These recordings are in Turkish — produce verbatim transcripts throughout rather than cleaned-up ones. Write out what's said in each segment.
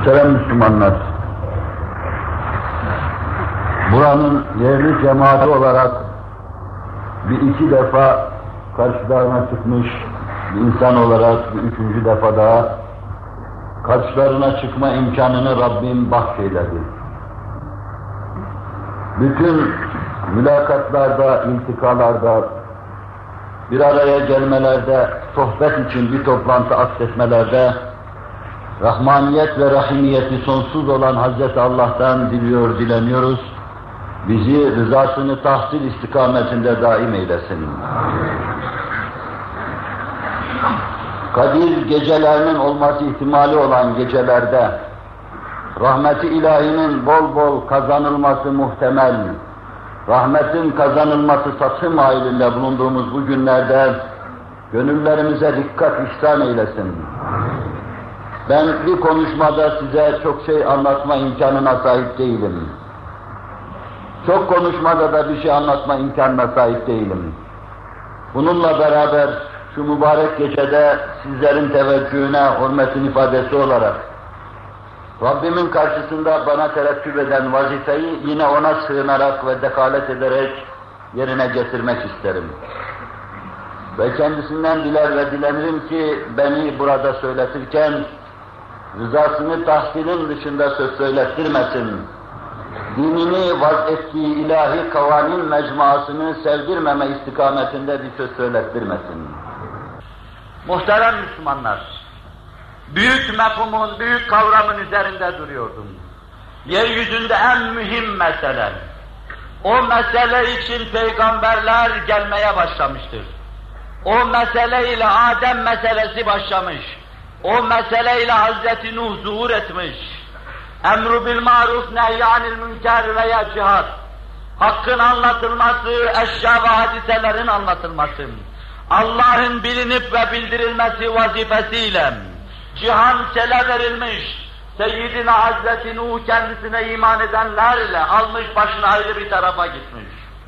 Muhterem Müslümanlar, buranın yerli cemaati olarak bir iki defa karşılarına çıkmış bir insan olarak bir üçüncü defa daha karşılarına çıkma imkanını Rabbim bahşeyledi. Bütün mülakatlarda, iltikalarda, bir araya gelmelerde, sohbet için bir toplantı aksetmelerde, rahmaniyet ve rahimiyeti sonsuz olan Hazreti Allah'tan diliyor, dileniyoruz. Bizi rızasını tahsil istikametinde daim eylesin. Kadir gecelerinin olması ihtimali olan gecelerde, rahmeti ilahinin bol bol kazanılması muhtemel, rahmetin kazanılması satım halinde bulunduğumuz bu günlerde, gönüllerimize dikkat ihsan eylesin. Ben bir konuşmada size çok şey anlatma imkanına sahip değilim. Çok konuşmada da bir şey anlatma imkanına sahip değilim. Bununla beraber şu mübarek gecede sizlerin teveccühüne, hürmetin ifadesi olarak Rabbimin karşısında bana terettüp eden vazifeyi yine ona sığınarak ve dekalet ederek yerine getirmek isterim. Ve kendisinden diler ve dilenirim ki beni burada söyletirken rızasını tahsilin dışında söz söylettirmesin. Dinini vaz ettiği ilahi kavanin mecmuasını sevdirmeme istikametinde bir söz söylettirmesin. Muhterem Müslümanlar, büyük mefhumun, büyük kavramın üzerinde duruyordum. Yeryüzünde en mühim mesele, o mesele için peygamberler gelmeye başlamıştır. O meseleyle Adem meselesi başlamış. O meseleyle Hazreti Nuh zuhur etmiş. Emru bil maruf nehyanil münker veya cihad. Hakkın anlatılması, eşya ve hadiselerin anlatılması. Allah'ın bilinip ve bildirilmesi vazifesiyle cihan sele verilmiş. Seyyidina Hazreti Nuh kendisine iman edenlerle almış başına ayrı bir tarafa gitmiş.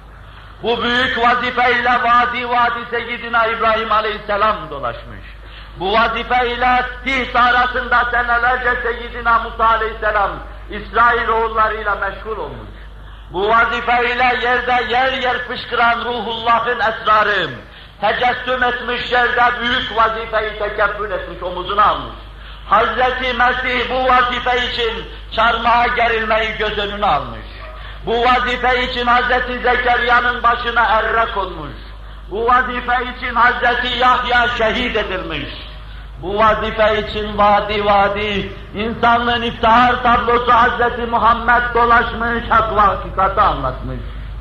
Bu büyük vazifeyle vadi vadi Seyyidina İbrahim Aleyhisselam dolaşmış. Bu vazifeyle Tih arasında senelerce Seyyidina Musa Aleyhisselam İsrail oğullarıyla meşgul olmuş. Bu vazifeyle yerde yer yer fışkıran Ruhullah'ın esrarı tecessüm etmiş, yerde büyük vazifeyi tekeffül etmiş, omuzuna almış. Hazreti Mesih bu vazife için çarmıha gerilmeyi göz önüne almış. Bu vazife için Hazreti Zekeriya'nın başına erre konmuş. Bu vazife için Hazreti Yahya şehit edilmiş. Bu vazife için vadi vadi insanlığın iftihar tablosu Hazreti Muhammed dolaşmış, hak ve hakikati anlatmış.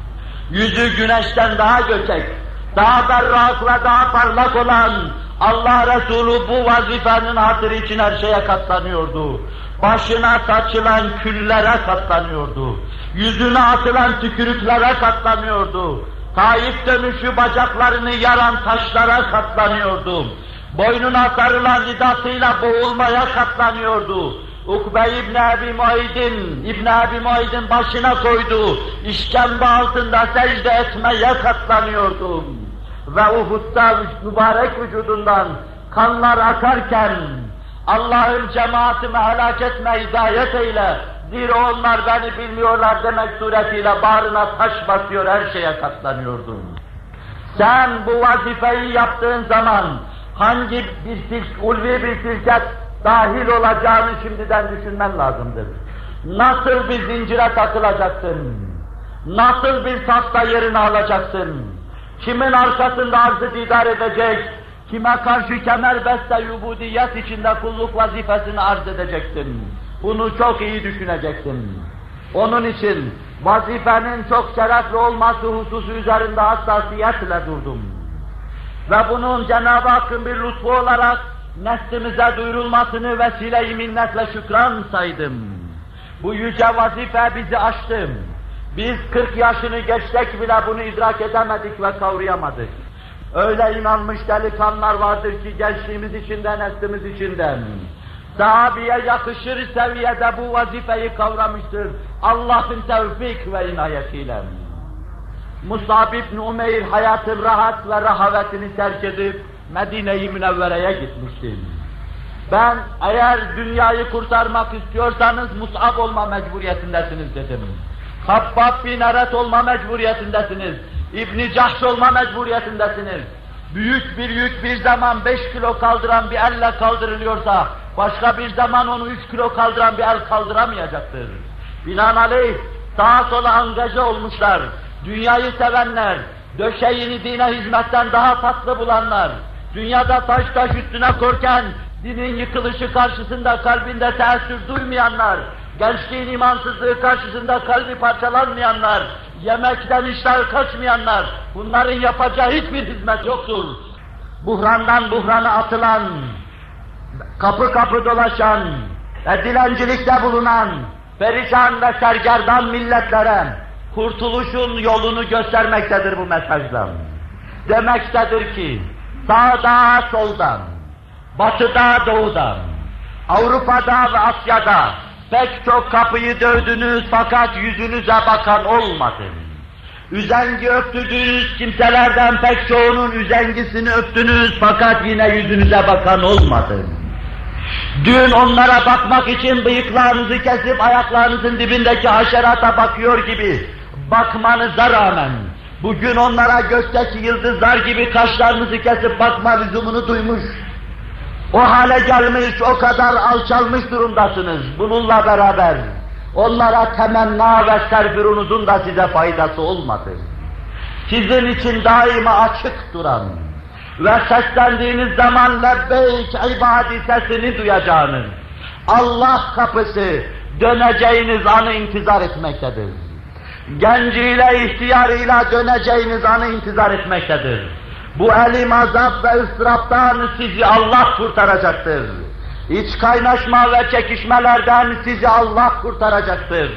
Yüzü güneşten daha göçek, daha berrak ve daha parlak olan Allah Resulü bu vazifenin hatırı için her şeye katlanıyordu. Başına saçılan küllere katlanıyordu. Yüzüne atılan tükürüklere katlanıyordu. Taif dönüşü bacaklarını yaran taşlara katlanıyordu. Boynuna sarılan ridasıyla boğulmaya katlanıyordu. Ukbe İbn Ebi Muayd'in, İbn Ebi Muayd'in başına koydu. İşkembe altında secde etmeye katlanıyordu. Ve Uhud'da mübarek vücudundan kanlar akarken Allah'ın cemaatimi helak etme, hidayet eyle. Zira onlar beni bilmiyorlar demek suretiyle bağrına taş basıyor, her şeye katlanıyordun. Sen bu vazifeyi yaptığın zaman hangi bir silk, ulvi bir silket dahil olacağını şimdiden düşünmen lazımdır. Nasıl bir zincire takılacaksın? Nasıl bir safta yerini alacaksın? Kimin arkasında arzı didar edecek? Kime karşı kemerbeste yubudiyet içinde kulluk vazifesini arz edeceksin? Bunu çok iyi düşüneceksin. Onun için vazifenin çok şerefli olması hususu üzerinde hassasiyetle durdum. Ve bunun Cenab-ı Hakk'ın bir lütfu olarak neslimize duyurulmasını vesile-i minnetle şükran saydım. Bu yüce vazife bizi aştı. Biz kırk yaşını geçsek bile bunu idrak edemedik ve kavrayamadık. Öyle inanmış delikanlılar vardır ki gençliğimiz içinden, neslimiz içinden. Sahabeye yakışır seviyede bu vazifeyi kavramıştır Allah'ın tevfik ve inayetiyle. Musab İbn Umeyr hayatın rahat ve rahavetini terk edip Medine-i Münevvere'ye gitmişti. Ben eğer dünyayı kurtarmak istiyorsanız Mus'ab olma mecburiyetindesiniz dedim. Habbab bin Eret olma mecburiyetindesiniz. İbn-i Cahş olma mecburiyetindesiniz. Büyük bir yük bir zaman beş kilo kaldıran bir elle kaldırılıyorsa, başka bir zaman onu üç kilo kaldıran bir el kaldıramayacaktır. Binaenaleyh sağa sola angaje olmuşlar, dünyayı sevenler, döşeğini dine hizmetten daha tatlı bulanlar, dünyada taş taş üstüne korken, dinin yıkılışı karşısında kalbinde teessür duymayanlar, gençliğin imansızlığı karşısında kalbi parçalanmayanlar, yemekten iştah kaçmayanlar, bunların yapacağı hiçbir hizmet yoktur. Buhrandan buhrana atılan, kapı kapı dolaşan ve dilencilikte bulunan, perişan ve sergerdan milletlere kurtuluşun yolunu göstermektedir bu mesajla. Demektedir ki, sağda soldan, batıda doğudan, Avrupa'da ve Asya'da pek çok kapıyı dövdünüz fakat yüzünüze bakan olmadı. Üzengi öptürdüğünüz kimselerden pek çoğunun üzengisini öptünüz fakat yine yüzünüze bakan olmadı. Dün onlara bakmak için bıyıklarınızı kesip ayaklarınızın dibindeki haşerata bakıyor gibi bakmanıza rağmen bugün onlara gökteki yıldızlar gibi kaşlarınızı kesip bakma lüzumunu duymuş, o hale gelmiş, o kadar alçalmış durumdasınız. Bununla beraber onlara temenna ve serfirunuzun da size faydası olmadı. Sizin için daima açık duran ve seslendiğiniz zaman lebbeyk ibadi sesini duyacağınız Allah kapısı döneceğiniz anı intizar etmektedir. Genciyle, ihtiyarıyla döneceğiniz anı intizar etmektedir. Bu elim azap ve ıstıraptan sizi Allah kurtaracaktır. İç kaynaşma ve çekişmelerden sizi Allah kurtaracaktır.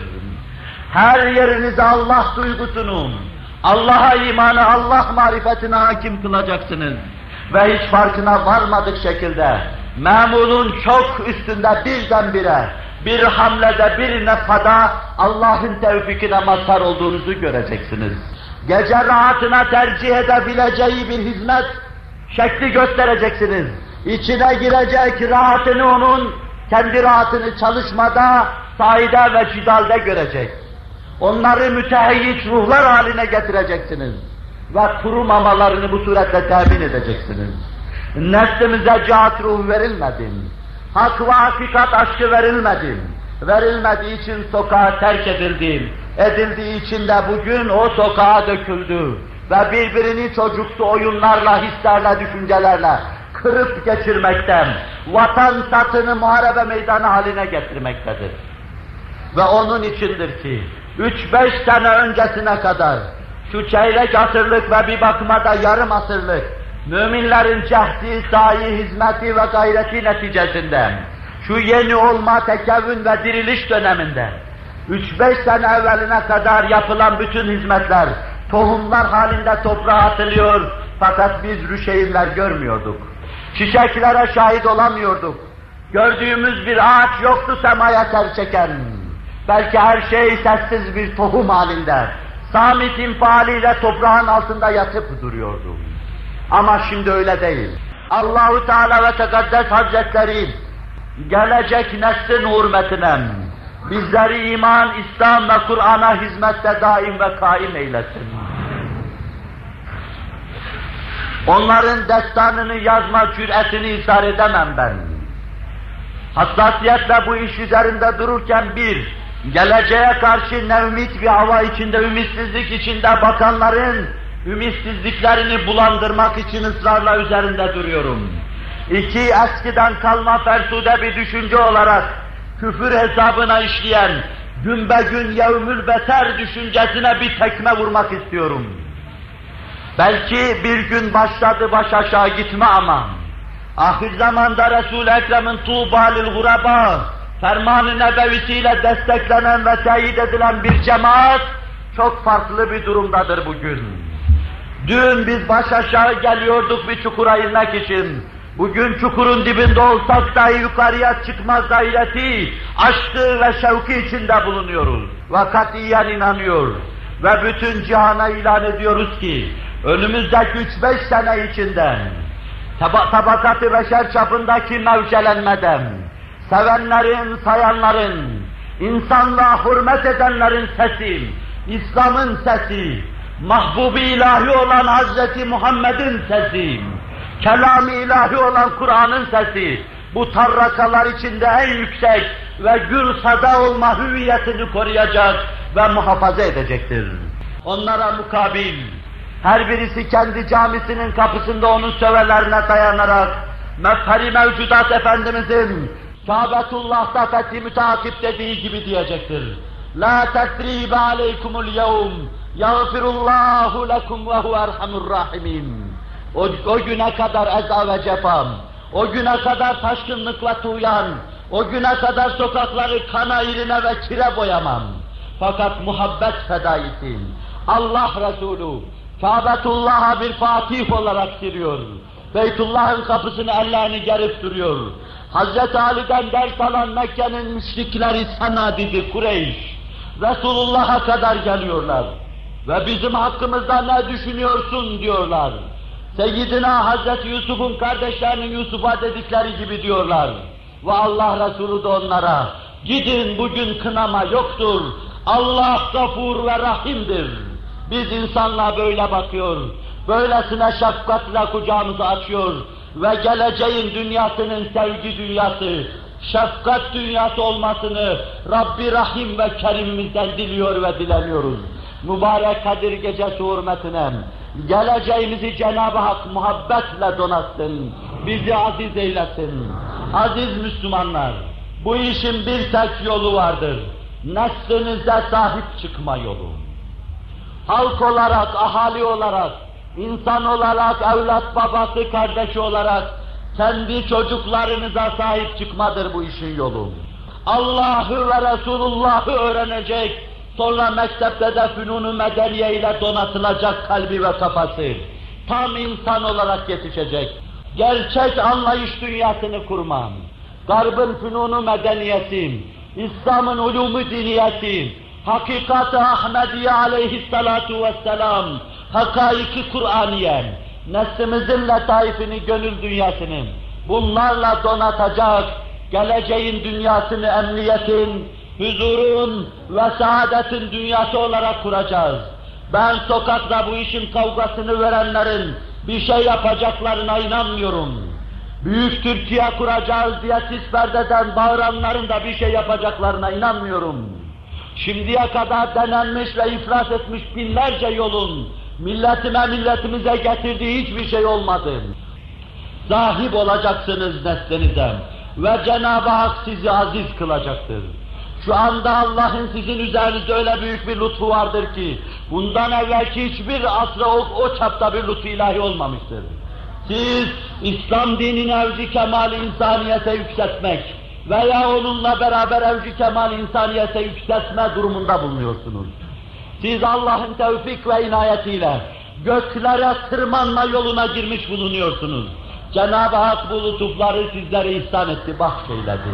Her yerinize Allah duygusunu, Allah'a imanı, Allah marifetine hakim kılacaksınız. Ve hiç farkına varmadık şekilde memurun çok üstünde birdenbire, bir hamlede, bir nefhada Allah'ın tevfikine mazhar olduğunuzu göreceksiniz. Gece rahatına tercih edebileceği bir hizmet şekli göstereceksiniz. İçine girecek rahatını onun, kendi rahatını çalışmada, saide ve cidalde görecek. Onları mütehiyyiç ruhlar haline getireceksiniz. Ve kurumamalarını bu suretle temin edeceksiniz. Neslimize cihat ruhu verilmedi. Hak ve hakikat aşkı verilmedi. Verilmediği için sokağa terk edildi. Edildiği için de bugün o sokağa döküldü. Ve birbirini çocuksu oyunlarla, hislerle, düşüncelerle kırıp geçirmekten, vatan satını muharebe meydanı haline getirmektedir. Ve onun içindir ki, üç beş sene öncesine kadar, şu çeyrek asırlık ve bir bakıma da yarım asırlık, müminlerin cehdi, sahi, hizmeti ve gayreti neticesinde, şu yeni olma, tekevvün ve diriliş döneminde, üç beş sene evveline kadar yapılan bütün hizmetler, tohumlar halinde toprağa atılıyor, fakat biz rüşeğimler görmüyorduk. Çiçeklere şahit olamıyorduk. Gördüğümüz bir ağaç yoktu semaya ter çeken. Belki her şey sessiz bir tohum halinde, samit infialiyle toprağın altında yatıp duruyordu. Ama şimdi öyle değil. Allahu Teala ve Tekaddes Hazretleri gelecek neslin hürmetine bizleri iman, İslam ve Kur'an'a hizmette daim ve kaim eylesin. Onların destanını yazma cüretini ishar edemem ben. Hassasiyetle bu iş üzerinde dururken bir, geleceğe karşı ne ümit bir hava içinde, ümitsizlik içinde bakanların ümitsizliklerini bulandırmak için ısrarla üzerinde duruyorum. İki, eskiden kalma fersude bir düşünce olarak küfür hesabına işleyen gün be gün yevmül beter düşüncesine bir tekme vurmak istiyorum. Belki bir gün başladı baş aşağı gitme ama ahir zamanda Resul-i Ekrem'in Tuğba lil Guraba ferman-ı nebevisiyle desteklenen ve teyit edilen bir cemaat çok farklı bir durumdadır bugün. Dün biz baş aşağı geliyorduk bir çukura inmek için. Bugün çukurun dibinde olsak dahi yukarıya çıkma gayreti, aşkı ve şevki içinde bulunuyoruz. Ve katiyen inanıyor. Ve bütün cihana ilan ediyoruz ki, önümüzdeki üç beş sene içinde Tab tabakatı beşer çapındaki mevcelenmeden, sevenlerin, sayanların, insanlığa hürmet edenlerin sesi, İslam'ın sesi, mahbub-i ilahi olan Hazreti Muhammed'in sesi, kelam-ı ilahi olan Kur'an'ın sesi, bu tarrakalar içinde en yüksek ve gür sada olma hüviyetini koruyacak ve muhafaza edecektir. Onlara mukabil, her birisi kendi camisinin kapısında onun sövelerine dayanarak, mefheri mevcudat Efendimizin Kâbetullah'ta fethi müteakip dediği gibi diyecektir. La tesribe aleykumul yevm, yağfirullahu lekum ve huve erhamur rahimin. O, o güne kadar eza ve cefam, o güne kadar taşkınlıkla tuğyan, o güne kadar sokakları kana irine ve kire boyamam. Fakat muhabbet fedaisin. Allah Resulü Kâbetullah'a bir fatih olarak giriyor. Beytullah'ın kapısını ellerini gerip duruyor. Hazreti Ali'den ders alan Mekke'nin müşrikleri Senadizi Kureyş, Resulullah'a kadar geliyorlar. Ve bizim hakkımızda ne düşünüyorsun diyorlar. Seyyidina Hazreti Yusuf'un kardeşlerinin Yusuf'a dedikleri gibi diyorlar. Ve Allah Resulü de onlara, gidin bugün kınama yoktur, Allah gafur ve rahimdir. Biz insanlığa böyle bakıyor, böylesine şefkatle kucağımızı açıyor ve geleceğin dünyasının sevgi dünyası, şefkat dünyası olmasını Rabbi Rahim ve Kerim'imizden diliyor ve dileniyoruz. Mübarek Kadir Gecesi hürmetine geleceğimizi Cenab-ı Hak muhabbetle donatsın, bizi aziz eylesin. Aziz Müslümanlar, bu işin bir tek yolu vardır, neslinize sahip çıkma yolu. Halk olarak, ahali olarak, insan olarak, evlat babası, kardeşi olarak kendi çocuklarınıza sahip çıkmadır bu işin yolu. Allah'ı ve Resulullah'ı öğrenecek, sonra mektepte de fünun-u medeniye ile donatılacak kalbi ve kafası, tam insan olarak yetişecek. Gerçek anlayış dünyasını kurmam, Garb'ın fünun-u medeniyeti, İslam'ın ulûm-u diniyeti, hakikat-ı Ahmediye aleyhissalatu vesselam, hakaiki Kur'aniye, neslimizin letaifini, gönül dünyasını bunlarla donatacak, geleceğin dünyasını emniyetin, huzurun ve saadetin dünyası olarak kuracağız. Ben sokakta bu işin kavgasını verenlerin bir şey yapacaklarına inanmıyorum. Büyük Türkiye kuracağız diye sis perdeden bağıranların da bir şey yapacaklarına inanmıyorum. Şimdiye kadar denenmiş ve iflas etmiş binlerce yolun milletime, milletimize getirdiği hiçbir şey olmadı. Sahip olacaksınız neslinize ve Cenab-ı Hak sizi aziz kılacaktır. Şu anda Allah'ın sizin üzerinizde öyle büyük bir lütfu vardır ki, bundan evvelki hiçbir asra o, o çapta bir lütfu ilahi olmamıştır. Siz, İslam dinini evci kemal insaniyete yükseltmek veya onunla beraber evci kemal insaniyete yükseltme durumunda bulunuyorsunuz. Siz Allah'ın tevfik ve inayetiyle göklere tırmanma yoluna girmiş bulunuyorsunuz. Cenab-ı Hak bu lütufları sizlere ihsan etti, bahşeyledi.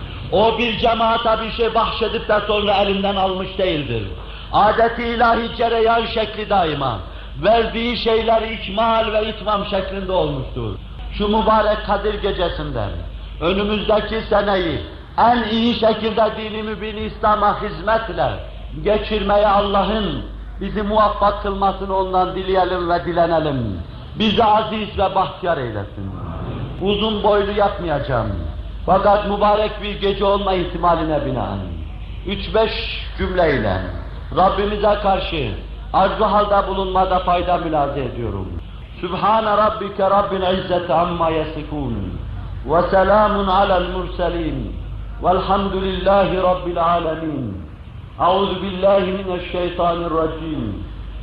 O bir cemaata bir şey bahşedip de sonra elinden almış değildir. Adet-i ilahi cereyan şekli daima, verdiği şeyler ikmal ve itmam şeklinde olmuştur. Şu mübarek Kadir Gecesi'nden, önümüzdeki seneyi en iyi şekilde dini mübin İslam'a hizmetle geçirmeye Allah'ın bizi muvaffak kılmasını ondan dileyelim ve dilenelim. Bizi aziz ve bahtiyar eylesin. Uzun boylu yapmayacağım. Fakat mübarek bir gece olma ihtimaline binaen üç beş cümleyle Rabbimize karşı arzu halde bulunmada fayda mülahaza ediyorum. Sübhane rabbike rabbil izzeti amma yasifun ve selamun alel murselin velhamdülillahi rabbil alemin. Euzu billahi mineşşeytanirracim.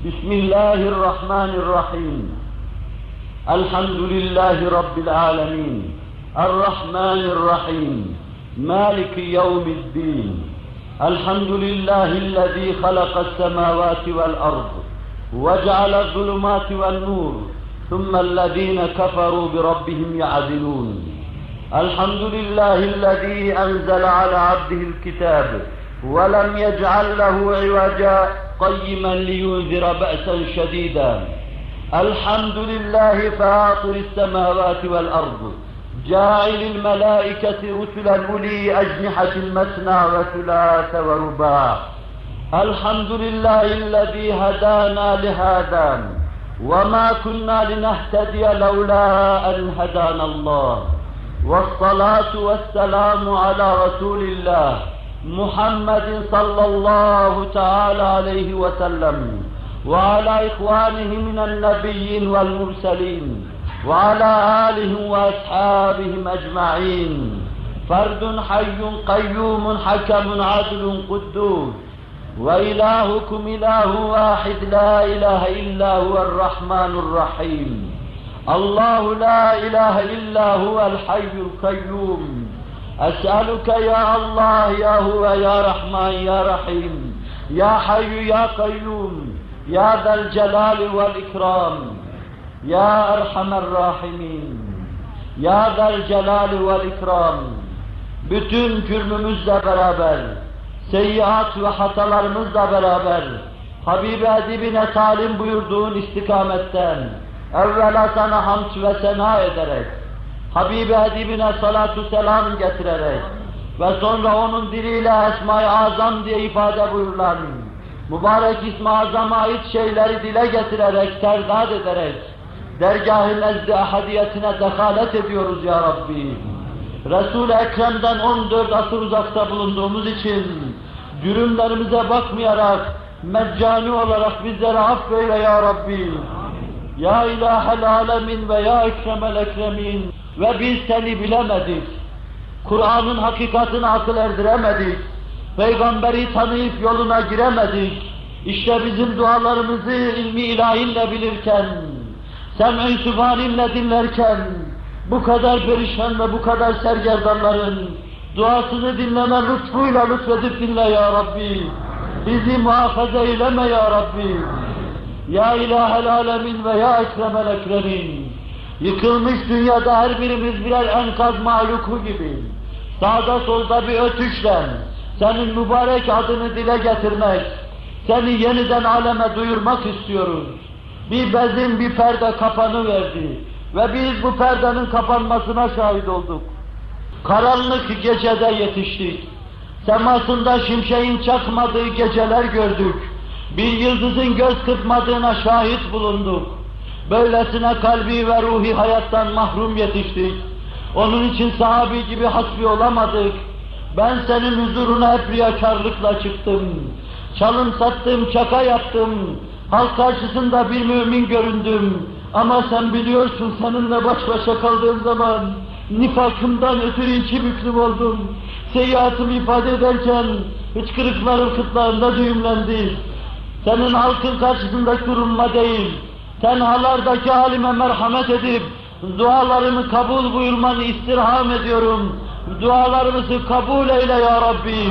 Bismillahirrahmanirrahim. Elhamdülillahi rabbil alemin. Errahmanirrahim. Maliki yevmiddin. Elhamdülillahillezî halakassemâvâti vel ard ve ceale'z zulumâti ven nur. Thummellezîne keferû bi rabbihim ya'dilûn. Elhamdülillahillezî enzele ala abdihil kitâb ve lem yec'al lehu ivaca qayyimen liyunzira ba'sen şedîden. الحمد لله فاطر السماوات والأرض جاعل الملائكة رسلا أولي أجنحة مثنى وثلاث ورباع الحمد لله الذي هدانا لهذا وما كنا لنهتدي لولا أن هدانا الله والصلاة والسلام على رسول الله محمد صلى الله تعالى عليه وسلم وعلى إخوانه من النبيين والمرسلين وعلى آلهم وأصحابهم أجمعين فرد حي قيوم حكم عدل قدوس وإلهكم إله واحد لا إله إلا هو الرحمن الرحيم الله لا إله إلا هو الحي القيوم أسألك يا الله يا هو يا رحمن يا رحيم يا حي يا قيوم يا ذا الجلال والإكرام يا أرحم الراحمين يا ذا الجلال والإكرام bütün cürmümüzle beraber seyyiat ve hatalarımızla beraber Habib-i Edibine talim buyurduğun istikametten evvela sana hamd ve sena ederek Habib-i Edibine salatu selam getirerek ve sonra onun diliyle Esma-i Azam diye ifade buyurulan mübarek İsmi Azam'a ait şeyleri dile getirerek, terdad ederek dergâh-ı nezd-i ahadiyetine dehalet ediyoruz ya Rabbi. Resul-i Ekrem'den on dört asır uzakta bulunduğumuz için cürümlerimize bakmayarak meccani olarak bizleri affeyle ya Rabbi. Ya İlahel Alemin ve ya Ekremel Ekremin ve biz seni bilemedik. Kur'an'ın hakikatini akıl erdiremedik. Peygamberi tanıyıp yoluna giremedik. İşte bizim dualarımızı ilmi ilahinle bilirken, sem-i sübhaninle dinlerken, bu kadar perişan ve bu kadar sergerdanların duasını dinleme lütfuyla lütfedip dinle ya Rabbi. Bizi muhafaza eyleme ya Rabbi. Ya İlahel Alemin ve ya Ekremel Ekremin. Yıkılmış dünyada her birimiz birer enkaz mahluku gibi sağda solda bir ötüşle senin mübarek adını dile getirmek, seni yeniden aleme duyurmak istiyoruz. Bir bezin bir perde kapanıverdi ve biz bu perdenin kapanmasına şahit olduk. Karanlık gecede yetiştik. Semasında şimşeğin çakmadığı geceler gördük. Bir yıldızın göz kırpmadığına şahit bulunduk. Böylesine kalbi ve ruhi hayattan mahrum yetiştik. Onun için sahabi gibi hasbi olamadık. Ben senin huzuruna hep riyakarlıkla çıktım. Çalım sattım, çaka yaptım. Halk karşısında bir mümin göründüm. Ama sen biliyorsun seninle baş başa kaldığım zaman nifakımdan ötürü iki büklüm oldum. Seyyiatımı ifade ederken hıçkırıklarım kıtlarında düğümlendi. Senin halkın karşısında durulma değil, tenhalardaki halime merhamet edip dualarımı kabul buyurmanı istirham ediyorum. Dualarımızı kabul eyle ya Rabbim.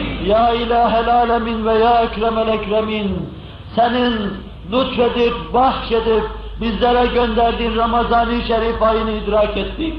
Ya İlahel Alemin ve ya Ekremel Ekremin. Senin lütfedip, bahşedip bizlere gönderdiğin Ramazan-ı Şerif ayını idrak ettik.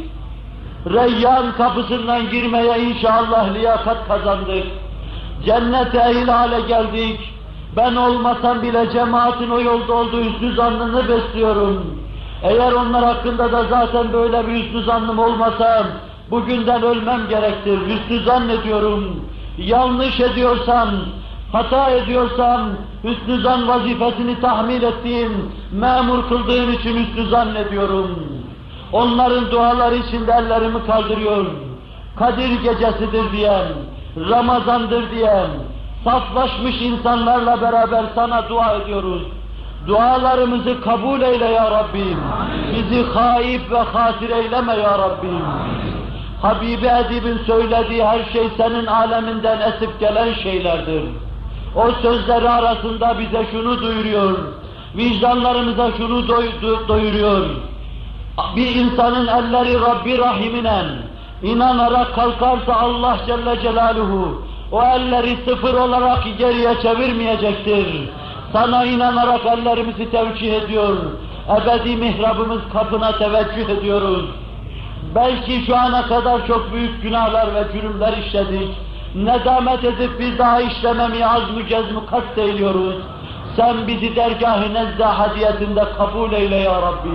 Reyyan kapısından girmeye inşallah liyakat kazandık. Cennete ehil hale geldik. Ben olmasam bile cemaatin o yolda olduğu hüsnü zannını besliyorum. Eğer onlar hakkında da zaten böyle bir hüsnü zannım olmasa, bugünden ölmem gerektir. Hüsnü zannediyorum. Yanlış ediyorsam, hata ediyorsam, hüsnü zan vazifesini tahmil ettiğim, memur kıldığım için hüsnü zannediyorum. Onların duaları içinde ellerimi kaldırıyor. Kadir gecesidir diyen, Ramazandır diyen, saflaşmış insanlarla beraber sana dua ediyoruz. Dualarımızı kabul eyle ya Rabbim. Bizi haip ve hasir eyleme ya Rabbim. Habib-i Edib'in söylediği her şey senin aleminden esip gelen şeylerdir. O sözleri arasında bize şunu duyuruyor, vicdanlarımıza şunu doy- doyuruyor. Bir insanın elleri Rabbi Rahim'ine inanarak kalkarsa Allah Celle Celaluhu o elleri sıfır olarak geriye çevirmeyecektir. Sana inanarak ellerimizi tevcih ediyor, ebedi mihrabımız kapına teveccüh ediyoruz. Belki şu ana kadar çok büyük günahlar ve cürümler işledik. Nedamet edip bir daha işlememeye azmü cezmü kasteyliyoruz. Sen bizi dergâh-ı nezd-i hadiyetinde kabul eyle ya Rabbi.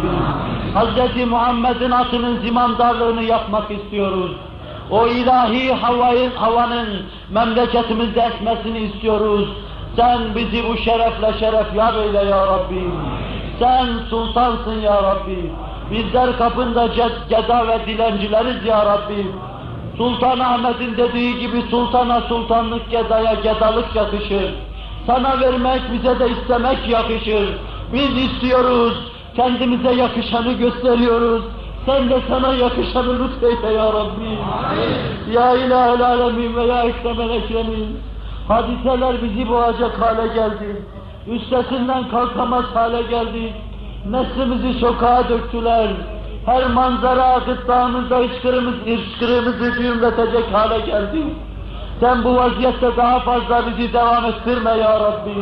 Hz. Muhammed'in atının zimandarlığını yapmak istiyoruz. O ilahi havayı, havanın memleketimizde esmesini istiyoruz. Sen bizi bu şerefle şeref yar eyle ya Rabbi. Sen sultansın ya Rabbi. Bizler kapında geda ve dilencileriz ya Rabbi. Sultan Ahmet'in dediği gibi sultana sultanlık, gedaya gedalık yakışır. Sana vermek, bize de istemek yakışır. Biz istiyoruz, kendimize yakışanı gösteriyoruz. Sen de sana yakışanı lütfeyle ya Rabbi. Amin. Ya İlahel Alemin ve ya Ekremel Ekremin. Hadiseler bizi boğacak hale geldi. Üstesinden kalkamaz hale geldik. Neslimizi sokağa döktüler. Her manzara gırtlağımızda hıçkırığımız, hıçkırığımızı düğümletecek hale geldi. Sen bu vaziyette daha fazla bizi devam ettirme ya Rabbi.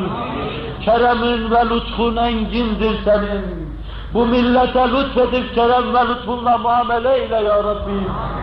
Keremin ve lütfun engindir senin. Bu millete lütfedip kerem ve lütfunla muamele eyle ya Rabbi.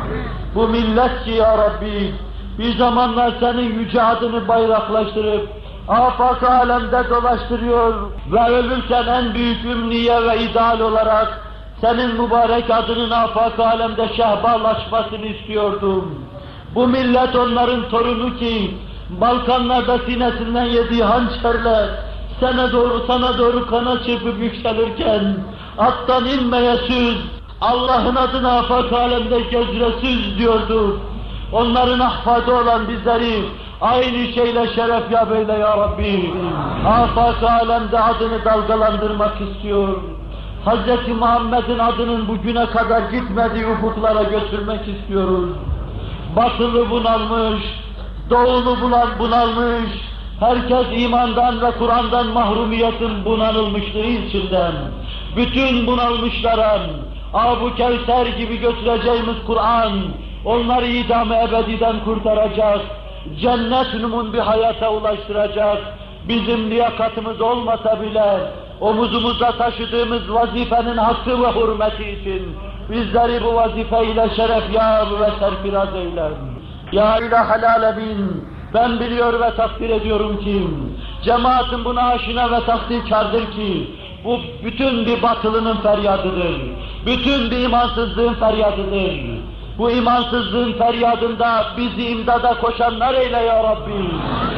Bu millet ki ya Rabbi, bir zamanlar senin yüce adını bayraklaştırıp, afak-ı alemde dolaştırıyor ve ölürken en büyük ümniye ve ideal olarak senin mübarek adının afak-ı alemde şehbalaşmasını istiyordum. Bu millet onların torunu ki, Balkanlarda sinesinden yediği hançerle sana doğru sana doğru kana çırpıp yükselirken, attan inmeye süz, Allah'ın adını afak alemde gezre süz diyordu. Onların ahfadı olan bizleri aynı şeyle şeref yap eyle ya Rabbi. Afak alemde adını dalgalandırmak istiyor. Hz. Muhammed'in adının bugüne kadar gitmediği ufuklara götürmek istiyoruz. Batılı bunalmış, doğulu bunalmış, herkes imandan ve Kur'an'dan mahrumiyetin bunalılmışlığı içinden. Bütün bunalmışlara Abu Kevser gibi götüreceğimiz Kur'an, onları idam-ı ebediden kurtaracak, cennet numun bir hayata ulaştıracak. Bizim liyakatımız olmasa bile, omuzumuzda taşıdığımız vazifenin hakkı ve hürmeti için bizleri bu vazifeyle şeref yâr ve serfiraz eyle. Ya İlahel Alemin, ben biliyor ve takdir ediyorum ki, cemaatin buna aşina ve takdirkardır ki, bu bütün bir batılının feryadıdır. Bütün bir imansızlığın feryadıdır. Bu imansızlığın feryadında bizi imdada koşanlar eyle ya Rabbi.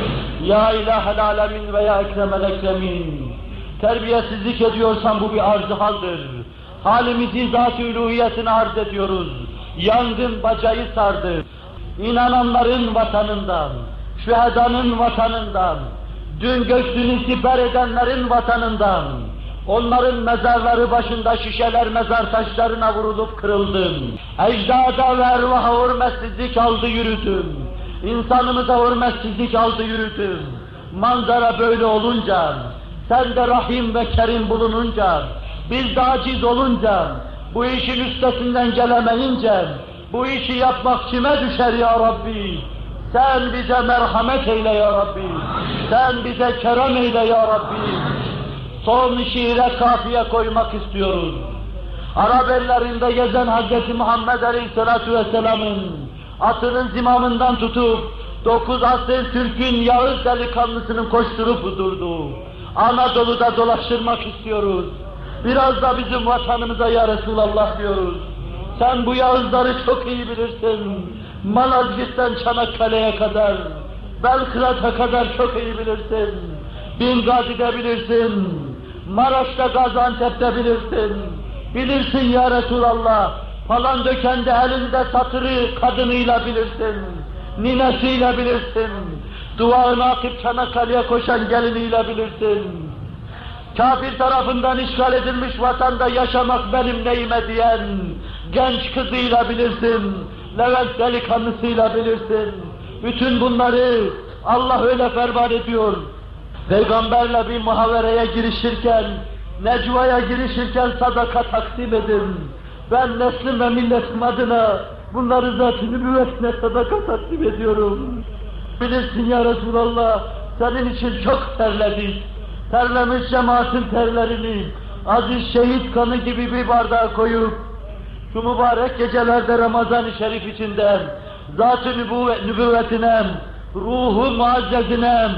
Ya İlahel Alemin ve ya Ekremel Ekremin. Terbiyesizlik ediyorsan bu bir arz-ı haldir. Halimizi zat-ı uluhiyetine arz ediyoruz. Yangın bacayı sardı. İnananların vatanından, şühedanın vatanından, dün göçtüğünü siper edenlerin vatanından, onların mezarları başında şişeler mezar taşlarına vurulup kırıldı. Ecdada ve ervaha hürmetsizlik aldı yürüdüm. İnsanımıza hürmetsizlik aldı yürüdüm. Manzara böyle olunca, sen de Rahim ve Kerim bulununca, biz de aciz olunca, bu işin üstesinden gelemeyince, bu işi yapmak kime düşer ya Rabbi? Sen bize merhamet eyle ya Rabbi. Sen bize kerem eyle ya Rabbi. Son şiire kafiye koymak istiyoruz. Arap ellerinde gezen Hz. Muhammed Aleyhisselatü Vesselam'ın atının zimamından tutup dokuz asır Türk'ün Yağız delikanlısının koşturup durduğu Anadolu'da dolaştırmak istiyoruz. Biraz da bizim vatanımıza ya Resulallah diyoruz. Sen bu Yağızları çok iyi bilirsin. Malazgirt'ten Çanakkale'ye kadar, Belgrad'a kadar çok iyi bilirsin. Bingazi'de bilirsin, Maraş'ta, Gaziantep'te bilirsin. Bilirsin ya Resulallah, falan dökende elinde satırı kadınıyla bilirsin. Ninesiyle bilirsin. Duvarını akıp Çanakkale'ye koşan geliniyle bilirsin. Kafir tarafından işgal edilmiş vatanda yaşamak benim neyime diyen genç kızıyla bilirsin. Levent delikanlısıyla bilirsin. Bütün bunları Allah öyle ferman ediyor. Peygamberle bir muhavereye girişirken, necvaya girişirken sadaka takdim edin. Ben neslim ve milletim adına bunları zat-ı nübüvvetine sadaka takdim ediyorum. Bilirsin ya Resulallah, senin için çok terledik. Terlemiş cemaatin terlerini aziz şehit kanı gibi bir bardağa koyup şu mübarek gecelerde Ramazan-ı Şerif içinde zat-ı nübüvvetine, ruhu muazzezine,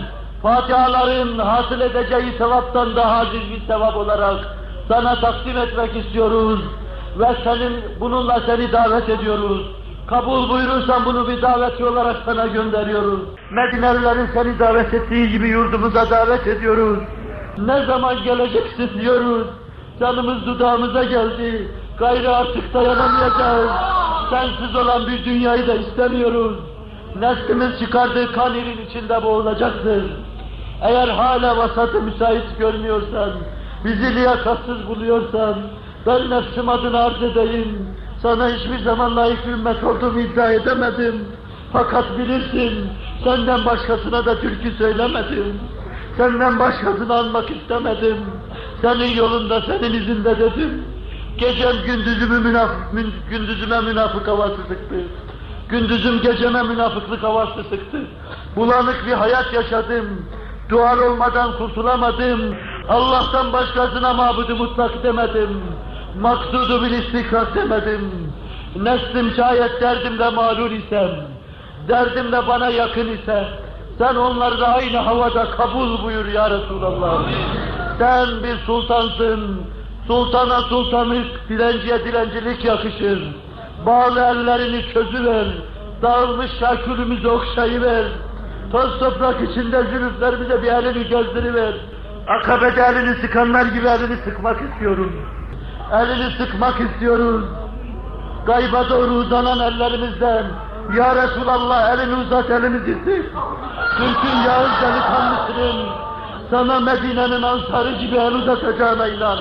Fatihaların hasıl edeceği sevaptan daha aziz bir sevap olarak sana takdim etmek istiyoruz ve senin bununla seni davet ediyoruz. Kabul buyurursan bunu bir davetçi olarak sana gönderiyoruz. Medinelilerin seni davet ettiği gibi yurdumuza davet ediyoruz. Ne zaman geleceksin diyoruz. Canımız dudağımıza geldi. Gayrı artık dayanamayacağız. Sensiz olan bir dünyayı da istemiyoruz. Neslimiz çıkardığı kan irin içinde boğulacaktır. Eğer hala vasatı müsait görmüyorsan, bizi liyakatsız buluyorsan, ben nefsim adına arz edeyim. Sana hiçbir zaman layık ümmet olduğumu iddia edemedim. Fakat bilirsin, senden başkasına da türkü söylemedim. Senden başkasını almak istemedim. Senin yolunda, senin izinde dedim. Gecem gündüzümü münafık, mün, gündüzüme münafık havası sıktı. Gündüzüm geceme münafıklık havası sıktı. Bulanık bir hayat yaşadım. Dual olmadan kurtulamadım. Allah'tan başkasına mabudu mutlak demedim. Maksudu bil istikrar demedim. Neslim şayet derdimde mağrur isem, derdimde bana yakın ise, sen onları da aynı havada kabul buyur ya Resulallah. Amin. Sen bir sultansın, sultana sultanlık, dilenciye dilencilik yakışır. Bağlı ellerini çözüver, dağılmış şakülümüzü okşayıver. Toz toprak içinde zülüflerimize bir elini gezdiriver. Akabede elini sıkanlar gibi elini sıkmak istiyorum. Elini sıkmak istiyoruz. Gayba doğru uzanan ellerimizden, ya Resulallah elini uzat elimizi sık. Türk'ün Yağız delikanlısının sana Medine'nin ansarı gibi el uzatacağına inan.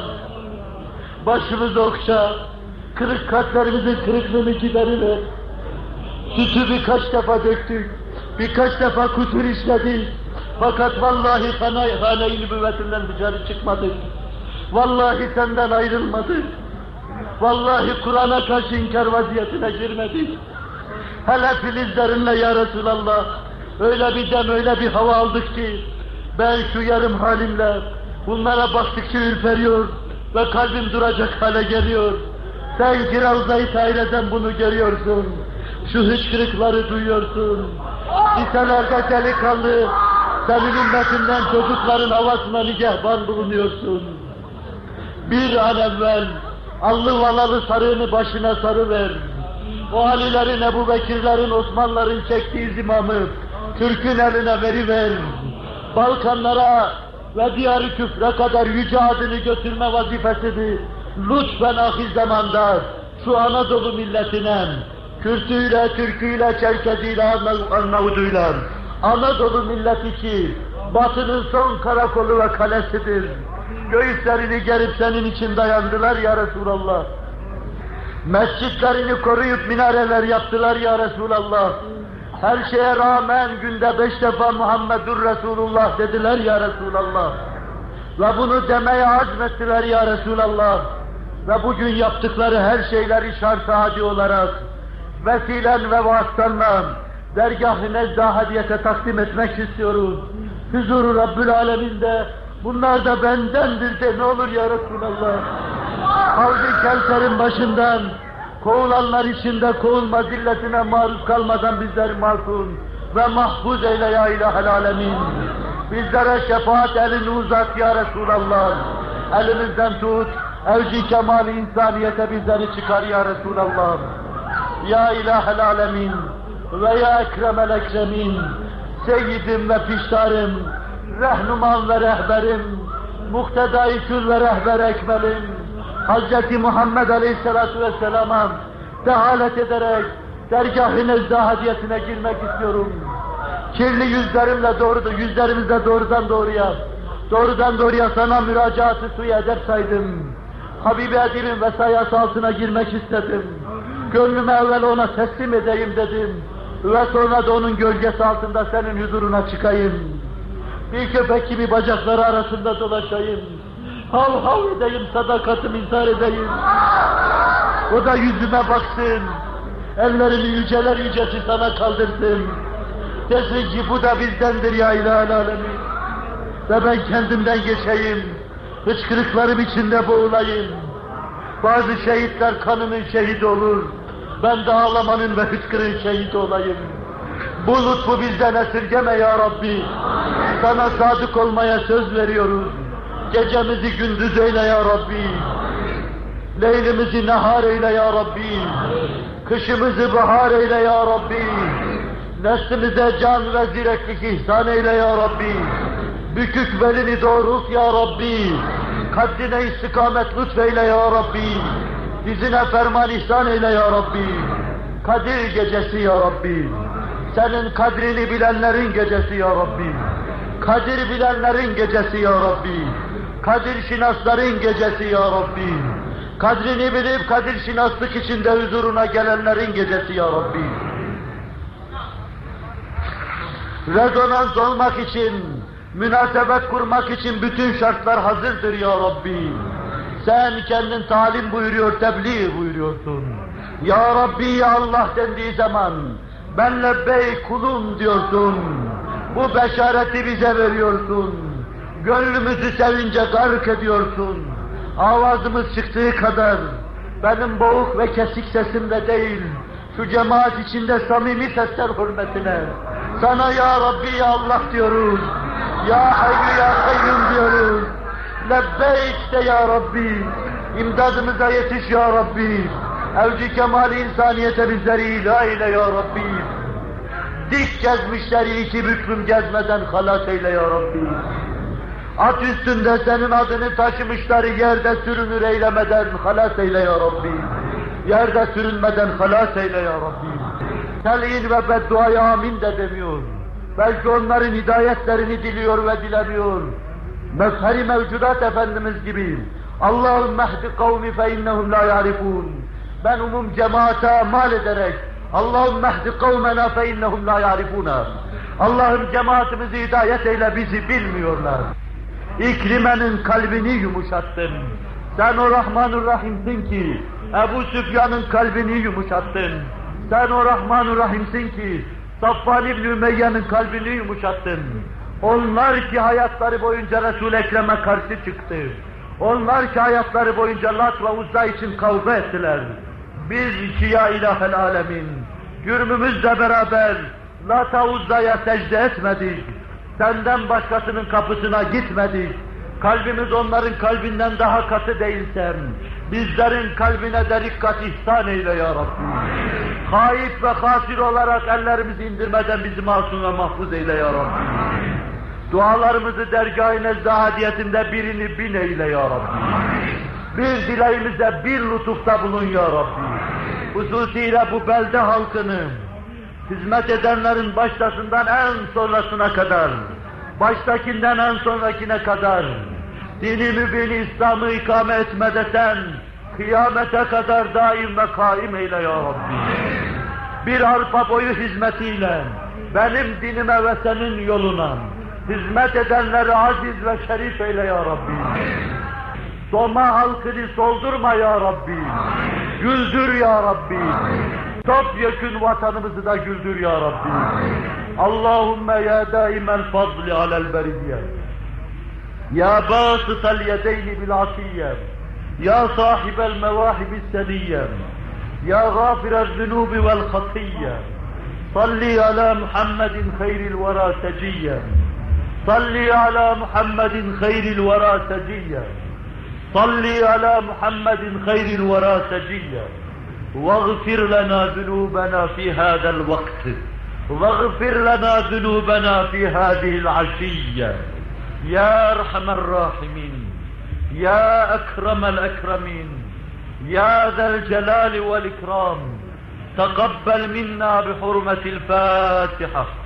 Başımızı okşa, kırık kalplerimizin kırıklığını gideriver. Sütü birkaç defa döktük, birkaç defa kusur işledik. Fakat vallahi hane-i nübüvvetinden dışarı çıkmadık. Vallahi senden ayrılmadık. Vallahi Kur'an'a karşı inkar vaziyetine girmedik. Hele filizlerinle ya Resulallah, öyle bir dem, öyle bir hava aldık ki, ben şu yarım halimle bunlara baktıkça ürperiyor ve kalbim duracak hale geliyor. Sen ki Ravza-i Tahire'den bunu görüyorsun, şu hıçkırıkları duyuyorsun. Liselerde delikanlı, senin ümmetinden çocukların havasına nigahban bulunuyorsun. Bir an evvel allı valalı sarığını başına sarıver. O Alilerin, Ebu Bekirlerin, Osmanlıların çektiği zimamı Türk'ün eline veriver. Balkanlara ve diyar-ı küfre kadar yüce adını götürme vazifesini lütfen ahir zamanda şu Anadolu milletine, Kürtüyle, Türküyle, Çerkeziyle, Arnavuduyla, Anadolu milleti ki Batı'nın son karakolu ve kalesidir. Göğüslerini gerip senin için dayandılar ya Resulallah. Mescitlerini koruyup minareler yaptılar ya Resulallah. Her şeye rağmen günde beş defa Muhammedur Resulullah dediler ya Resulallah. Ve bunu demeye azmettiler ya Resulallah. Ve bugün yaptıkları her şeyleri şart-ı hadi olarak vesilen ve vasıtanla dergâh-ı nezd-i hadiyete takdim etmek istiyoruz. Huzur-u Rabbül Alemin'de bunlar da bendendir de ne olur ya Resulallah. Havz-ı Kevser'in başından kovulanlar içinde kovulma zilletine maruz kalmadan bizleri masum ve mahfuz eyle ya ilahel alemin. Bizlere şefaat elini uzat ya Resulallah. Elimizden tut, evci kemal-i insaniyete bizleri çıkar ya Resulallah. Ya ilahel alemin ve ya ekremel ekremin, seyyidim ve piştarım, rehnumam ve rehberim, muktedai kül ve rehber ekmelim, Hazreti Muhammed Aleyhisselatü Vesselam'a dehalet ederek dergâh-ı nezd-i hadiyetine girmek istiyorum. Kirli yüzlerimle doğrudan, yüzlerimizle doğrudan doğruya, doğrudan doğruya sana müracaatı suyu edep saydım. Habibi Edib'in vesayası altına girmek istedim. Gönlümü evvel ona teslim edeyim dedim. Ve sonra da onun gölgesi altında senin huzuruna çıkayım. Bir köpek gibi bacakları arasında dolaşayım. Hav hav edeyim, sadakatimi izhar edeyim. O da yüzüme baksın. Ellerini yüceler yücesi sana kaldırsın. Desin ki bu da bizdendir ya ilahel alemin. Ve ben kendimden geçeyim. Hıçkırıklarım içinde boğulayım. Bazı şehitler kanının şehidi olur. Ben de ağlamanın ve hıçkırığın şehidi olayım. Bu lütfu bizden esirgeme ya Rabbi. Sana sadık olmaya söz veriyoruz. Gecemizi gündüz eyle ya Rabbi. Leylimizi nehar eyle ya Rabbi. Kışımızı bahar eyle ya Rabbi. Neslimize can ve zireklik ihsan eyle ya Rabbi. Bükük belini doğrult ya Rabbi. Kaddine istikamet lütfeyle ya Rabbi. Dizine ferman ihsan eyle ya Rabbi. Kadir gecesi ya Rabbi. Senin kadrini bilenlerin gecesi ya Rabbi. Kadir bilenlerin gecesi ya Rabbi. Kadir şinasların gecesi ya Rabbi. Kadrini bilip kadir şinaslık içinde huzuruna gelenlerin gecesi ya Rabbi. Rezonans olmak için, münasebet kurmak için bütün şartlar hazırdır ya Rabbi. Sen kendin talim buyuruyor, tebliğ buyuruyorsun. Ya Rabbi ya Allah dendiği zaman, ben lebbeyk kulum diyorsun. Bu beşareti bize veriyorsun. Gönlümüzü sevince gark ediyorsun. Avazımız çıktığı kadar, benim boğuk ve kesik sesimle değil, şu cemaat içinde samimi sesler hürmetine, sana ya Rabbi ya Allah diyoruz, ya Hayy ya Kayyum diyoruz, lebbeyk de ya Rabbi, imdadımıza yetiş ya Rabbi, evci kemal insaniyete bizleri ilah eyle ya Rabbi, dik gezmişleri iki büklüm gezmeden halas eyle ya Rabbi, at üstünde senin adını taşımışları yerde sürünür eylemeden halas eyle ya Rabbi, yerde sürünmeden halas eyle ya Rabbi. Telin ve bedduaya amin de demiyor. Belki onların hidayetlerini diliyor ve dilemiyor. Mezheri mevcudat Efendimiz gibi. Allahümme ehdi kavmi fe innehum la ya'rifun. Ben umum cemaate mal ederek Allahümme ehdi kavmena fe innehum la ya'rifuna. Allah'ım cemaatimizi hidayet eyle, bizi bilmiyorlar. İkrime'nin kalbini yumuşattın. Sen o Rahman-ı Rahim'sin ki Ebu Süfyan'ın kalbini yumuşattın. Sen o Rahman-ı Rahim'sin ki Saffan İbn-i Ümeyye'nin kalbini yumuşattın. Onlar ki hayatları boyunca Resul-i Ekrem'e karşı çıktı. Onlar ki hayatları boyunca Lat ve Uzza için kavga ettiler. Biz ki ya İlahel Alemin, cürmümüzle beraber Lat'a Uzza'ya secde etmedik. Senden başkasının kapısına gitmedik. Kalbimiz onların kalbinden daha katı değilsen, bizlerin kalbine de rikkat ihsan eyle ya Rabbi. Haif ve hasir olarak ellerimizi indirmeden bizi masum ve mahfuz eyle ya Rabbi. Dualarımızı dergâh-ı nezdâhadiyetinde birini bin eyle ya Rabbi. Bir dileğimize bir lütufta bulun ya Rabbi. Hususiyle bu belde halkını, hizmet edenlerin baştasından en sonrasına kadar, baştakinden en sonrakine kadar, dini mübini İslam'ı ikame etmede sen, kıyamete kadar daim ve kaim eyle ya Rabbi. Bir arpa boyu hizmetiyle, benim dinime ve senin yoluna, hizmet edenleri aziz ve şerif eyle ya Rabbi. Doma halkını soldurma ya Rabbi. Güldür ya Rabbi. Topyekün vatanımızı da güldür ya Rabbi. Allahümme ya daimel fazli alel beriyye. Ya basıtal yedeyni bil atiyye. Ya sahibel mevahibis seniyye. Ya gafirel zunubi vel hatiyye. Salli ala Muhammedin hayril vera seciyye. Salli ala Muhammedin hayril vera seciyye. Salli ala Muhammedin hayril vera seciyye. واغفر لنا ذنوبنا في هذا الوقت واغفر لنا ذنوبنا في هذه العشية يا أرحم الراحمين يا أكرم الأكرمين يا ذا الجلال والإكرام تقبل منا بحرمة الفاتحة